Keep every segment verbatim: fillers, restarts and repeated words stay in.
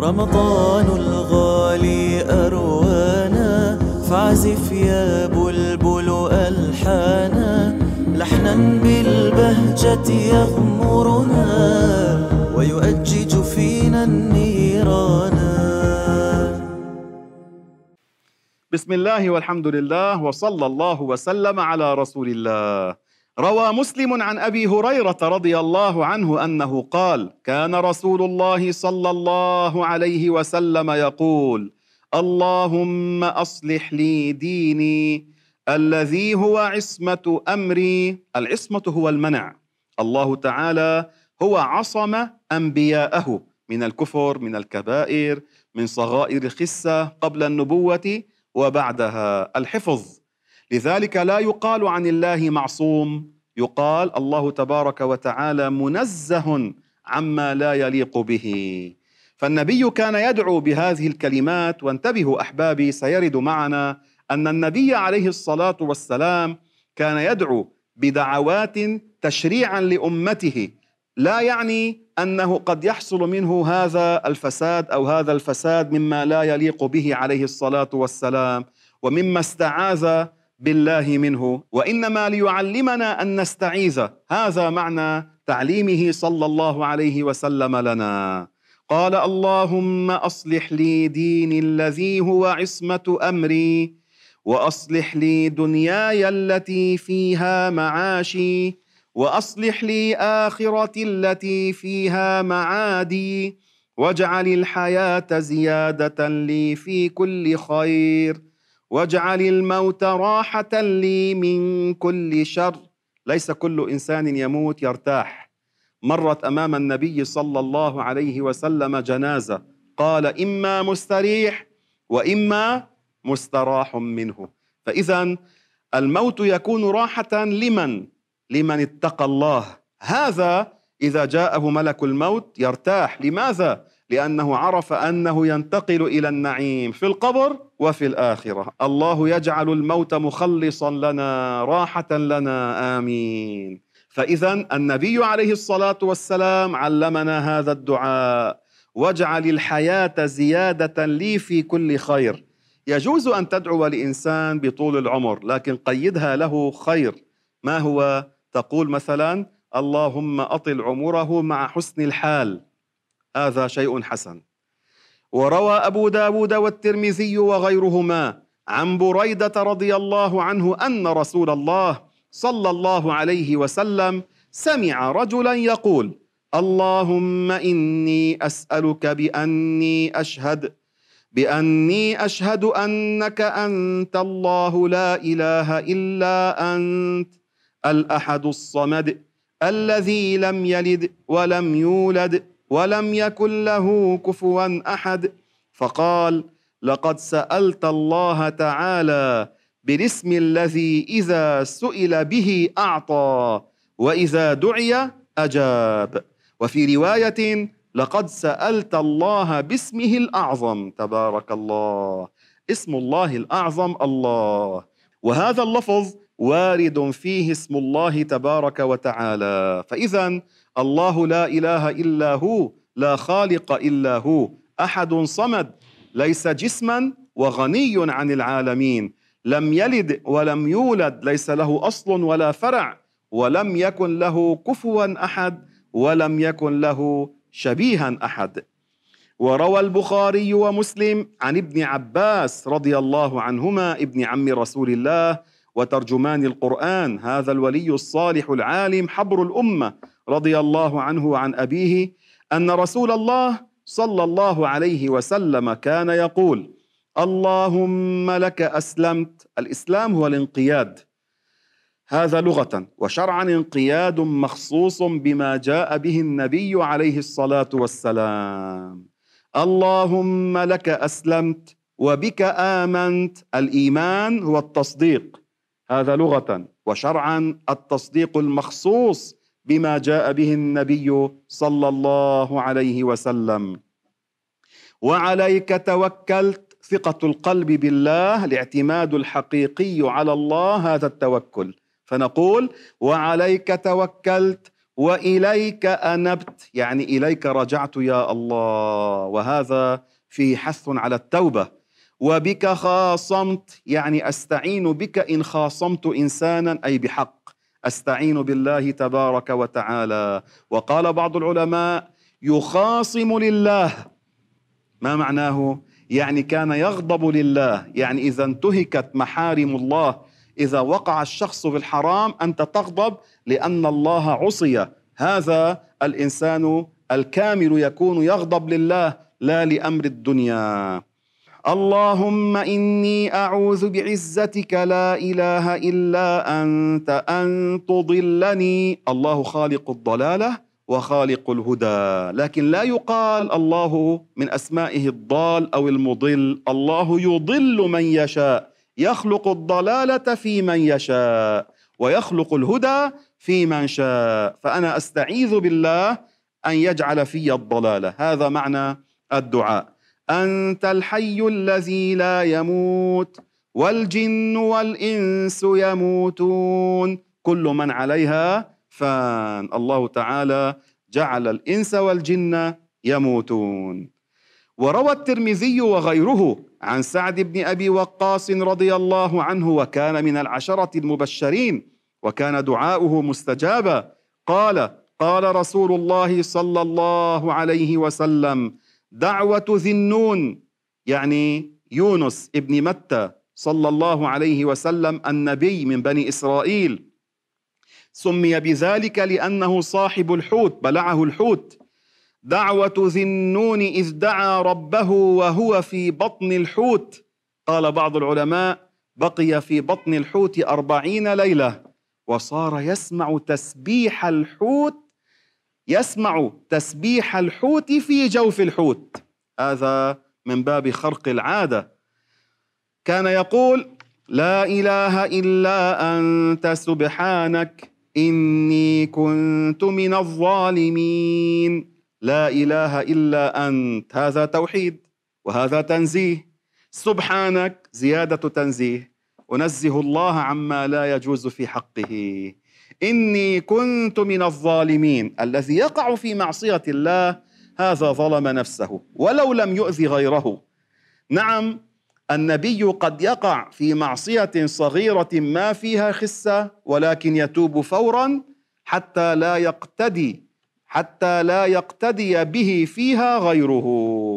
رمضان الغالي أروانا، فاعزف يا بلبل ألحانا، لحنا بالبهجة يغمرنا ويؤجج فينا النيرانا. بسم الله والحمد لله وصلى الله وسلم على رسول الله. روى مسلم عن أبي هريرة رضي الله عنه أنه قال: كان رسول الله صلى الله عليه وسلم يقول: اللهم أصلح لي ديني الذي هو عصمة أمري. العصمة هو المنع. الله تعالى هو عصم أنبياءه من الكفر، من الكبائر، من صغائر الخسة قبل النبوة وبعدها، الحفظ. لذلك لا يقال عن الله معصوم، يقال الله تبارك وتعالى منزه عما لا يليق به. فالنبي كان يدعو بهذه الكلمات. وانتبهوا أحبابي، سيرد معنا أن النبي عليه الصلاة والسلام كان يدعو بدعوات تشريعا لأمته، لا يعني أنه قد يحصل منه هذا الفساد أو هذا الفساد مما لا يليق به عليه الصلاة والسلام ومما استعاذ بالله منه، وإنما ليعلمنا أن نستعيذ. هذا معنى تعليمه صلى الله عليه وسلم لنا. قال: اللهم أصلح لي ديني الذي هو عصمة أمري، وأصلح لي دنياي التي فيها معاشي، وأصلح لي آخرتي التي فيها معادي، واجعل الحياة زيادة لي في كل خير، واجعل الموت راحة لي من كل شر. ليس كل إنسان يموت يرتاح. مرت أمام النبي صلى الله عليه وسلم جنازة، قال: إما مستريح وإما مستراح منه. فإذا الموت يكون راحة لمن؟ لمن اتقى الله. هذا إذا جاءه ملك الموت يرتاح. لماذا؟ لأنه عرف أنه ينتقل إلى النعيم في القبر وفي الآخرة. الله يجعل الموت مخلصا لنا، راحة لنا، آمين. فإذا النبي عليه الصلاة والسلام علمنا هذا الدعاء: واجعل الحياة زيادة لي في كل خير. يجوز أن تدعو لإنسان بطول العمر، لكن قيدها له خير. ما هو؟ تقول مثلا: اللهم أطل عمره مع حسن الحال. هذا شيء حسن. وروى أبو داود والترمذي وغيرهما عن بريدة رضي الله عنه أن رسول الله صلى الله عليه وسلم سمع رجلا يقول: اللهم إني أسألك بأني أشهد بأني أشهد أنك أنت الله لا إله إلا أنت الأحد الصمد الذي لم يلد ولم يولد ولم يكن له كفوا أحد. فقال: لقد سألت الله تعالى بالاسم الذي إذا سئل به أعطى، وإذا دعي أجاب. وفي رواية: لقد سألت الله باسمه الأعظم. تبارك الله. اسم الله الأعظم الله، وهذا اللفظ وارد فيه اسم الله تبارك وتعالى. فإذا الله لا إله إلا هو، لا خالق إلا هو، أحد صمد، ليس جسما وغني عن العالمين، لم يلد ولم يولد، ليس له أصل ولا فرع، ولم يكن له كفوا أحد، ولم يكن له شبيها أحد. وروى البخاري ومسلم عن ابن عباس رضي الله عنهما ابن عم رسول الله وترجمان القرآن، هذا الولي الصالح العالم حبر الأمة رضي الله عنه عن أبيه، أن رسول الله صلى الله عليه وسلم كان يقول: اللهم لك أسلمت. الإسلام هو الانقياد، هذا لغة، وشرعا انقياد مخصوص بما جاء به النبي عليه الصلاة والسلام. اللهم لك أسلمت وبك آمنت. الإيمان هو التصديق، هذا لغة، وشرعا التصديق المخصوص بما جاء به النبي صلى الله عليه وسلم. وعليك توكلت، ثقة القلب بالله، الاعتماد الحقيقي على الله، هذا التوكل. فنقول: وعليك توكلت وإليك أنبت، يعني إليك رجعت يا الله، وهذا فيه حث على التوبة. وبك خاصمت، يعني أستعين بك إن خاصمت إنسانا، أي بحق أستعين بالله تبارك وتعالى. وقال بعض العلماء يخاصم لله. ما معناه؟ يعني كان يغضب لله، يعني إذا انتهكت محارم الله، إذا وقع الشخص في الحرام أنت تغضب لأن الله عصي. هذا الإنسان الكامل يكون يغضب لله لا لأمر الدنيا. اللهم إني أعوذ بعزتك لا إله إلا أنت أن تضلني. الله خالق الضلالة وخالق الهدى، لكن لا يقال الله من أسمائه الضال أو المضل. الله يضل من يشاء، يخلق الضلالة في من يشاء ويخلق الهدى في من شاء. فأنا أستعيذ بالله أن يجعل في الضلالة. هذا معنى الدعاء. أنت الحي الذي لا يموت والجن والإنس يموتون كل من عليها فان. الله تعالى جعل الإنس والجن يموتون. وروى الترمذي وغيره عن سعد بن أبي وقاص رضي الله عنه، وكان من العشرة المبشرين، وكان دعاؤه مستجابا. قال قال رسول الله صلى الله عليه وسلم: دعوة ذي النون، يعني يونس ابن متى صلى الله عليه وسلم النبي من بني إسرائيل، سمي بذلك لأنه صاحب الحوت، بلعه الحوت. دعوة ذي النون إذ دعا ربه وهو في بطن الحوت. قال بعض العلماء: بقي في بطن الحوت أربعين ليلة، وصار يسمع تسبيح الحوت يسمع تسبيح الحوت في جوف الحوت. هذا من باب خرق العادة. كان يقول: لا إله إلا أنت سبحانك إني كنت من الظالمين. لا إله إلا أنت، هذا توحيد وهذا تنزيه. سبحانك زيادة تنزيه، أنزه الله عما لا يجوز في حقه. إني كنت من الظالمين، الذي يقع في معصية الله هذا ظلم نفسه ولو لم يؤذي غيره. نعم، النبي قد يقع في معصية صغيرة ما فيها خسة، ولكن يتوب فورا حتى لا يقتدي حتى لا يقتدي به فيها غيره.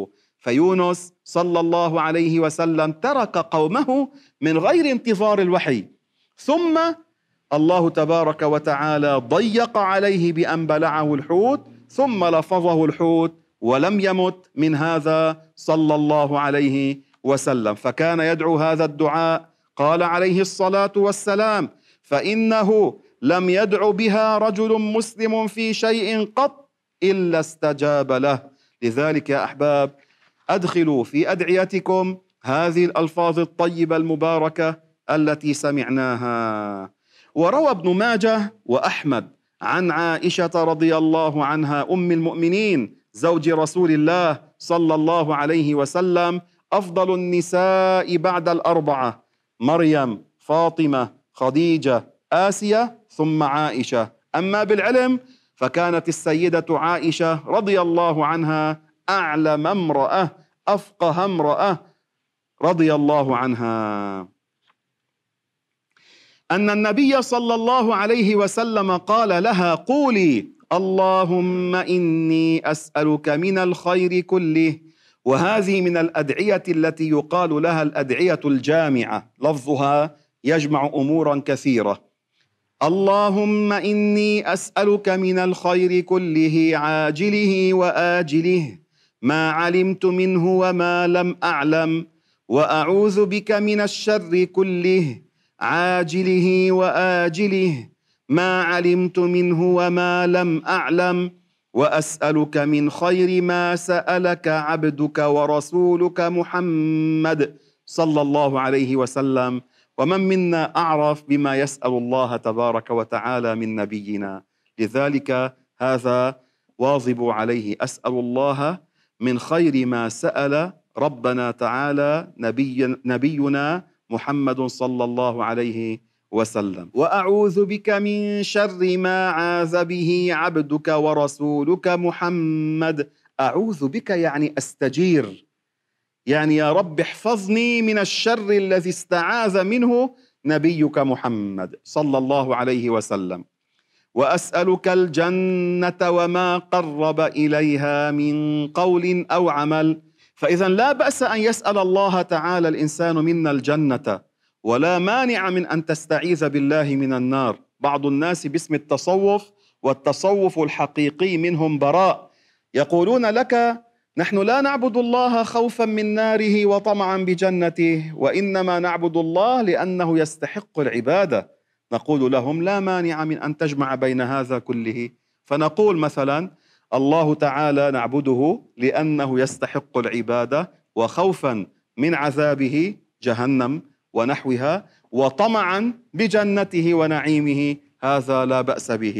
فيونس صلى الله عليه وسلم ترك قومه من غير انتظار الوحي، ثم الله تبارك وتعالى ضيق عليه بأن بلعه الحوت، ثم لفظه الحوت ولم يمت من هذا صلى الله عليه وسلم. فكان يدعو هذا الدعاء. قال عليه الصلاة والسلام: فإنه لم يدع بها رجل مسلم في شيء قط إلا استجاب له. لذلك يا أحباب، أدخلوا في أدعيتكم هذه الألفاظ الطيبة المباركة التي سمعناها. وروى ابن ماجه وأحمد عن عائشة رضي الله عنها أم المؤمنين زوج رسول الله صلى الله عليه وسلم: أفضل النساء بعد الأربعة مريم، فاطمة، خديجة، آسيا، ثم عائشة. أما بالعلم فكانت السيدة عائشة رضي الله عنها أعلم امرأة، أفقه امرأة رضي الله عنها. أن النبي صلى الله عليه وسلم قال لها: قولي اللهم إني أسألك من الخير كله. وهذه من الأدعية التي يقال لها الأدعية الجامعة، لفظها يجمع أمورا كثيرة. اللهم إني أسألك من الخير كله عاجله وآجله ما علمت منه وما لم أعلم، وأعوذ بك من الشر كله عاجله وآجله ما علمت منه وما لم أعلم، وأسألك من خير ما سألك عبدك ورسولك محمد صلى الله عليه وسلم. ومن منا أعرف بما يسأل الله تبارك وتعالى من نبينا؟ لذلك هذا واظب عليه. أسأل الله من خير ما سأل ربنا تعالى نبي نبينا محمد صلى الله عليه وسلم. وأعوذ بك من شر ما عاذ به عبدك ورسولك محمد. أعوذ بك يعني أستجير، يعني يا رب احفظني من الشر الذي استعاذ منه نبيك محمد صلى الله عليه وسلم. وأسألك الجنة وما قرب إليها من قول أو عمل. فإذا لا بأس أن يسأل الله تعالى الإنسان منا الجنة، ولا مانع من أن تستعيذ بالله من النار. بعض الناس باسم التصوف، والتصوف الحقيقي منهم براء، يقولون لك نحن لا نعبد الله خوفا من ناره وطمعا بجنته، وإنما نعبد الله لأنه يستحق العبادة. نقول لهم لا مانع من أن تجمع بين هذا كله، فنقول مثلا الله تعالى نعبده لأنه يستحق العبادة، وخوفا من عذابه جهنم ونحوها، وطمعا بجنته ونعيمه، هذا لا بأس به.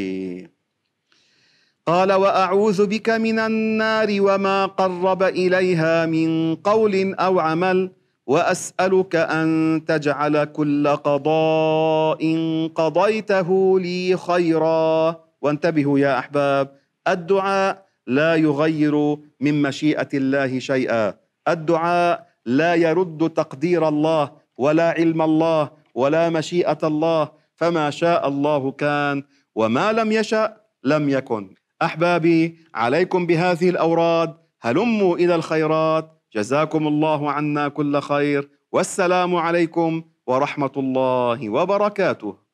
قال وأعوذ بك من النار وما قرب إليها من قول أو عمل، وأسألك أن تجعل كل قضاء قضيته لي خيرا. وانتبهوا يا أحباب، الدعاء لا يغير من مشيئة الله شيئا، الدعاء لا يرد تقدير الله ولا علم الله ولا مشيئة الله، فما شاء الله كان وما لم يشأ لم يكن. أحبابي، عليكم بهذه الأوراد، هلموا إلى الخيرات. جزاكم الله عنا كل خير، والسلام عليكم ورحمة الله وبركاته.